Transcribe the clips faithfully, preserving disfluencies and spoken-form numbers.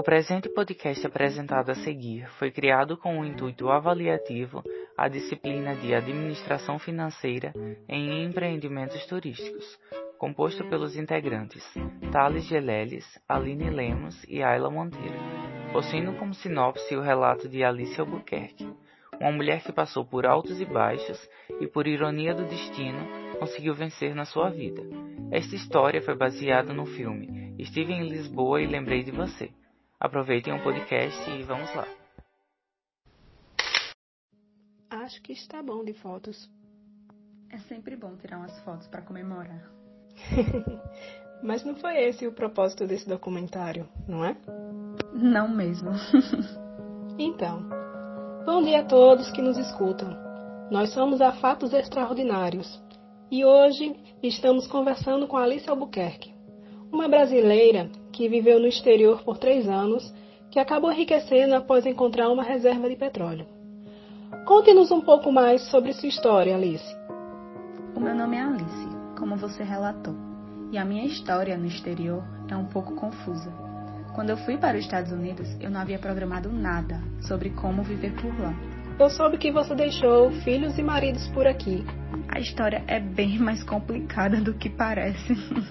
presente podcast apresentado a seguir foi criado com o intuito avaliativo à disciplina de Administração Financeira em Empreendimentos Turísticos, composto pelos integrantes Thales Geleles, Aline Lemos e Ayla Monteiro, possuindo como sinopse o relato de Alice Albuquerque, uma mulher que passou por altos e baixos e, por ironia do destino, conseguiu vencer na sua vida. Esta história foi baseada no filme Estive em Lisboa e Lembrei de Você. Aproveitem o podcast e vamos lá. Acho que está bom de fotos. É sempre bom tirar umas fotos para comemorar. Mas não foi esse o propósito desse documentário, não é? Não mesmo. Então, bom dia a todos que nos escutam. Nós somos a Fatos Extraordinários e hoje estamos conversando com Alice Albuquerque, uma brasileira que viveu no exterior por três anos, que acabou enriquecendo após encontrar uma reserva de petróleo. Conte-nos um pouco mais sobre sua história, Alice. O meu nome é Alice, como você relatou, e a minha história no exterior é um pouco confusa. Quando eu fui para os Estados Unidos, eu não havia programado nada sobre como viver por lá. Eu soube que você deixou filhos e maridos por aqui. A história é bem mais complicada do que parece.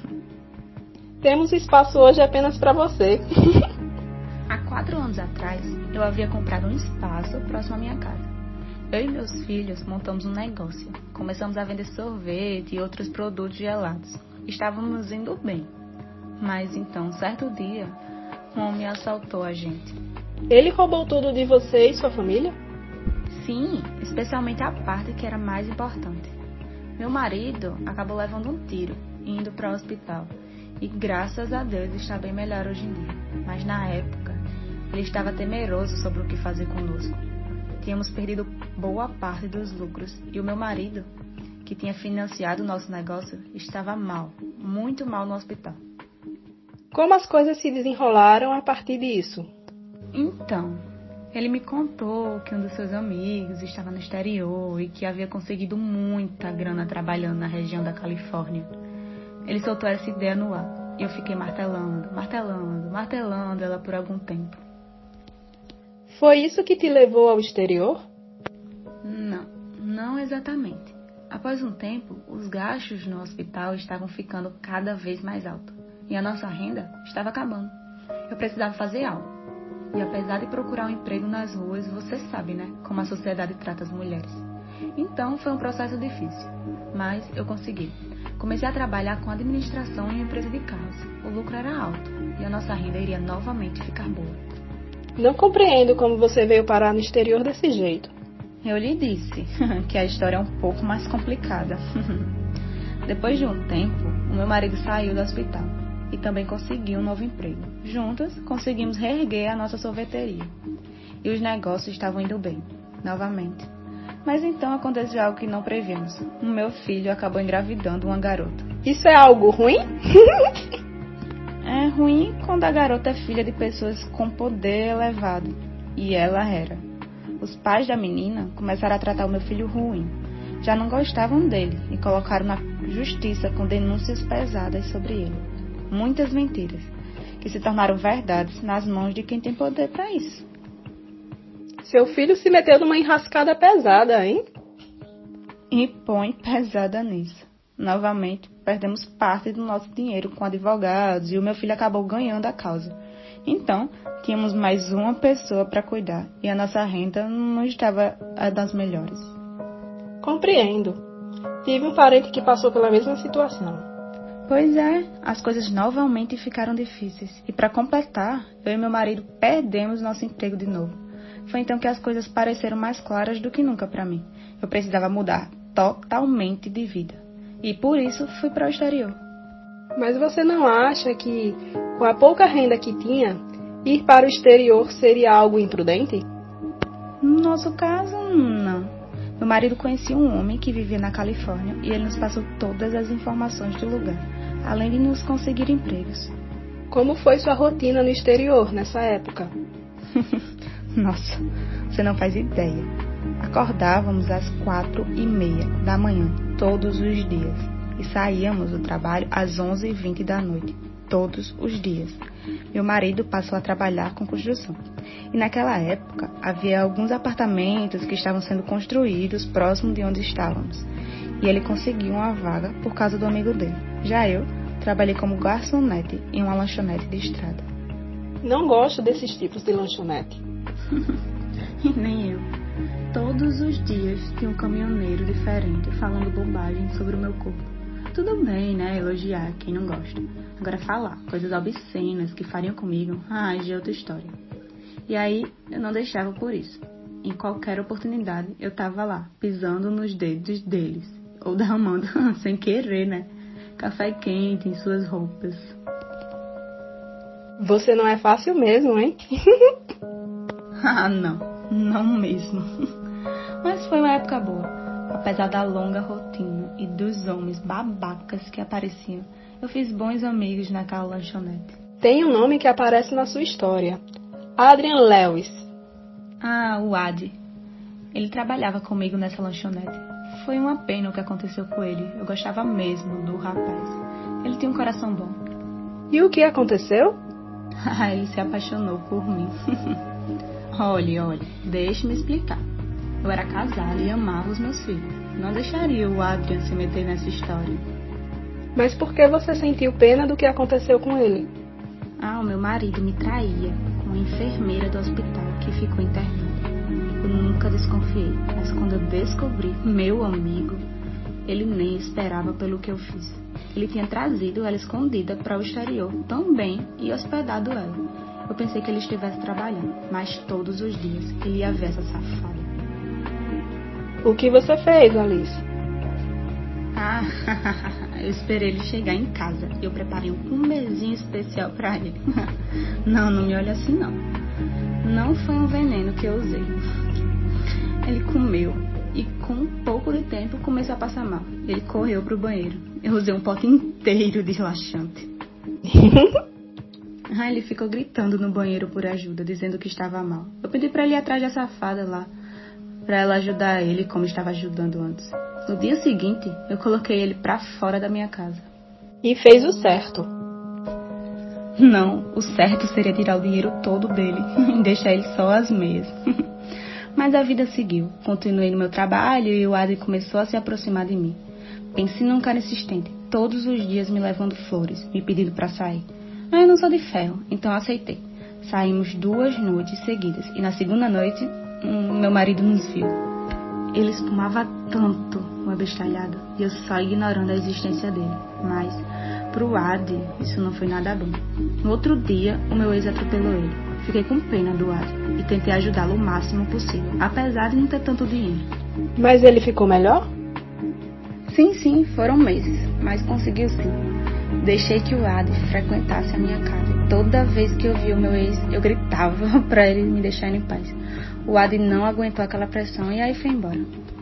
Temos espaço hoje apenas para você. Há quatro anos atrás, eu havia comprado um espaço próximo à minha casa. Eu e meus filhos montamos um negócio. Começamos a vender sorvete e outros produtos gelados. Estávamos indo bem. Mas então, certo dia, um homem assaltou a gente. Ele roubou tudo de você e sua família? Sim, especialmente a parte que era mais importante. Meu marido acabou levando um tiro e indo para o hospital. E graças a Deus está bem melhor hoje em dia. Mas na época, ele estava temeroso sobre o que fazer conosco. Tínhamos perdido boa parte dos lucros e o meu marido, que tinha financiado o nosso negócio, estava mal, muito mal no hospital. Como as coisas se desenrolaram a partir disso? Então, ele me contou que um dos seus amigos estava no exterior e que havia conseguido muita grana trabalhando na região da Califórnia. Ele soltou essa ideia no ar e eu fiquei martelando, martelando, martelando ela por algum tempo. Foi isso que te levou ao exterior? Não, não exatamente. Após um tempo, os gastos no hospital estavam ficando cada vez mais altos e a nossa renda estava acabando. Eu precisava fazer algo. E apesar de procurar um emprego nas ruas, você sabe, né, como a sociedade trata as mulheres. Então foi um processo difícil, mas eu consegui. Comecei a trabalhar com administração em uma empresa de carros. O lucro era alto e a nossa renda iria novamente ficar boa. Não compreendo como você veio parar no exterior desse jeito. Eu lhe disse que a história é um pouco mais complicada. Depois de um tempo, o meu marido saiu do hospital e também conseguiu um novo emprego. Juntas, conseguimos reerguer a nossa sorveteria. E os negócios estavam indo bem, novamente. Mas então aconteceu algo que não prevíamos. O meu filho acabou engravidando uma garota. Isso é algo ruim? É ruim quando a garota é filha de pessoas com poder elevado. E ela era. Os pais da menina começaram a tratar o meu filho ruim. Já não gostavam dele e colocaram na justiça com denúncias pesadas sobre ele. Muitas mentiras, que se tornaram verdades nas mãos de quem tem poder para isso. Seu filho se meteu numa enrascada pesada, hein? E põe pesada nisso. Novamente, perdemos parte do nosso dinheiro com advogados e o meu filho acabou ganhando a causa. Então, tínhamos mais uma pessoa para cuidar e a nossa renda não estava a das melhores. Compreendo. Tive um parente que passou pela mesma situação. Pois é, as coisas novamente ficaram difíceis. E para completar, eu e meu marido perdemos nosso emprego de novo. Foi então que as coisas pareceram mais claras do que nunca para mim. Eu precisava mudar totalmente de vida. E por isso fui para o exterior. Mas você não acha que, com a pouca renda que tinha, ir para o exterior seria algo imprudente? No nosso caso, não. Meu marido conhecia um homem que vivia na Califórnia e ele nos passou todas as informações do lugar, além de nos conseguir empregos. Como foi sua rotina no exterior nessa época? Nossa, você não faz ideia. Acordávamos às quatro e meia da manhã, todos os dias, e saíamos do trabalho às onze e vinte da noite. todos os dias. Meu marido passou a trabalhar com construção. E naquela época, havia alguns apartamentos que estavam sendo construídos próximo de onde estávamos. E ele conseguiu uma vaga por causa do amigo dele. Já eu trabalhei como garçonete em uma lanchonete de estrada. Não gosto desses tipos de lanchonete. E nem eu. Todos os dias tinha um caminhoneiro diferente falando bobagem sobre o meu corpo. Tudo bem, né? Elogiar quem não gosta. Agora falar coisas obscenas que fariam comigo, ah, já é outra história. E aí eu não deixava por isso. Em qualquer oportunidade eu tava lá, pisando nos dedos deles. Ou derramando, sem querer, né? Café quente em suas roupas. Você não é fácil mesmo, hein? Ah, não. Não mesmo. Mas foi uma época boa. Apesar da longa rotina e dos homens babacas que apareciam, eu fiz bons amigos naquela lanchonete. Tem um nome que aparece na sua história. Adrian Lewis. Ah, o Adi. Ele trabalhava comigo nessa lanchonete. Foi uma pena o que aconteceu com ele. Eu gostava mesmo do rapaz. Ele tinha um coração bom. E o que aconteceu? Ah, ele se apaixonou por mim. Olhe, olhe, deixe-me explicar. Eu era casada e amava os meus filhos. Não deixaria o Adrian se meter nessa história. Mas por que você sentiu pena do que aconteceu com ele? Ah, o meu marido me traía com a enfermeira do hospital que ficou internada. Eu nunca desconfiei, mas quando eu descobri meu amigo, ele nem esperava pelo que eu fiz. Ele tinha trazido ela escondida para o exterior também e hospedado ela. Eu pensei que ele estivesse trabalhando, mas todos os dias ele ia ver essa safada. O que você fez, Alice? Ah, eu esperei ele chegar em casa e eu preparei um comezinho especial para ele. Não, não me olha assim não. Não foi um veneno que eu usei. Ele comeu e com um pouco de tempo começou a passar mal. Ele correu pro banheiro. Eu usei um pote inteiro de relaxante. Ah, ele ficou gritando no banheiro por ajuda, dizendo que estava mal. Eu pedi para ele ir atrás da safada lá, para ela ajudar ele como estava ajudando antes. No dia seguinte, eu coloquei ele para fora da minha casa. E fez o certo. Não, o certo seria tirar o dinheiro todo dele e deixar ele só as meias. Mas a vida seguiu. Continuei no meu trabalho e o Adi começou a se aproximar de mim. Pensei num cara insistente, todos os dias me levando flores, me pedindo para sair. Ah, eu não sou de ferro, então aceitei. Saímos duas noites seguidas e na segunda noite, hum, meu marido nos viu. Ele espumava tanto, o abestalhado, e eu só ignorando a existência dele. Mas, pro Adi, isso não foi nada bom. No outro dia, o meu ex atropelou ele. Fiquei com pena do Adi e tentei ajudá-lo o máximo possível, apesar de não ter tanto dinheiro. Mas ele ficou melhor? Sim, sim, foram meses, mas conseguiu sim. Deixei que o Adi frequentasse a minha casa. Toda vez que eu via o meu ex, eu gritava para ele me deixar em paz. O Adi não aguentou aquela pressão e aí foi embora.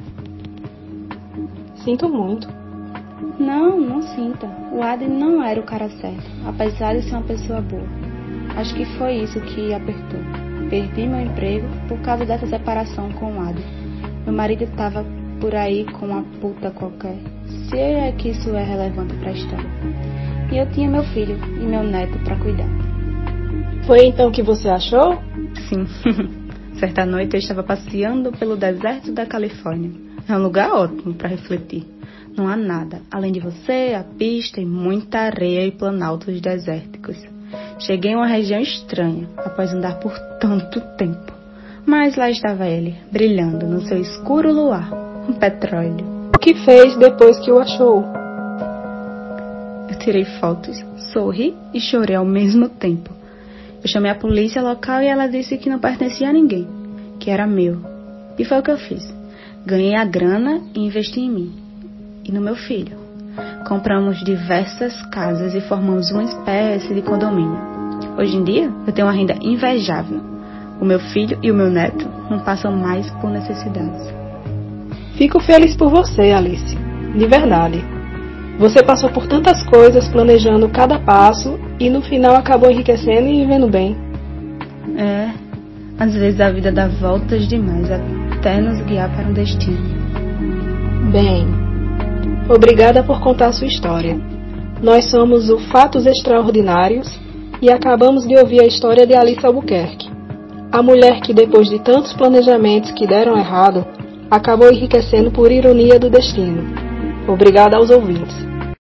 Sinto muito. Não, não sinta. O Adi não era o cara certo, apesar de ser uma pessoa boa. Acho que foi isso que apertou. Perdi meu emprego por causa dessa separação com o Adi. Meu marido estava por aí com uma puta qualquer, se é que isso é relevante para a história. E eu tinha meu filho e meu neto para cuidar. Foi então que você achou? Sim. Certa noite eu estava passeando pelo deserto da Califórnia. É um lugar ótimo para refletir. Não há nada, além de você, a pista e muita areia e planaltos desérticos. Cheguei em uma região estranha, após andar por tanto tempo. Mas lá estava ele, brilhando no seu escuro luar, um petróleo. O que fez depois que o achou? Eu tirei fotos, sorri e chorei ao mesmo tempo. Eu chamei a polícia local e ela disse que não pertencia a ninguém, que era meu. E foi o que eu fiz. Ganhei a grana e investi em mim e no meu filho. Compramos diversas casas e formamos uma espécie de condomínio. Hoje em dia, eu tenho uma renda invejável. O meu filho e o meu neto não passam mais por necessidades. Fico feliz por você, Alice. De verdade. Você passou por tantas coisas planejando cada passo e no final acabou enriquecendo e vivendo bem. É, às vezes a vida dá voltas demais até nos guiar para um destino. Bem, obrigada por contar a sua história. Nós somos o Fatos Extraordinários e acabamos de ouvir a história de Alice Albuquerque, a mulher que, depois de tantos planejamentos que deram errado, acabou enriquecendo por ironia do destino. Obrigada aos ouvintes.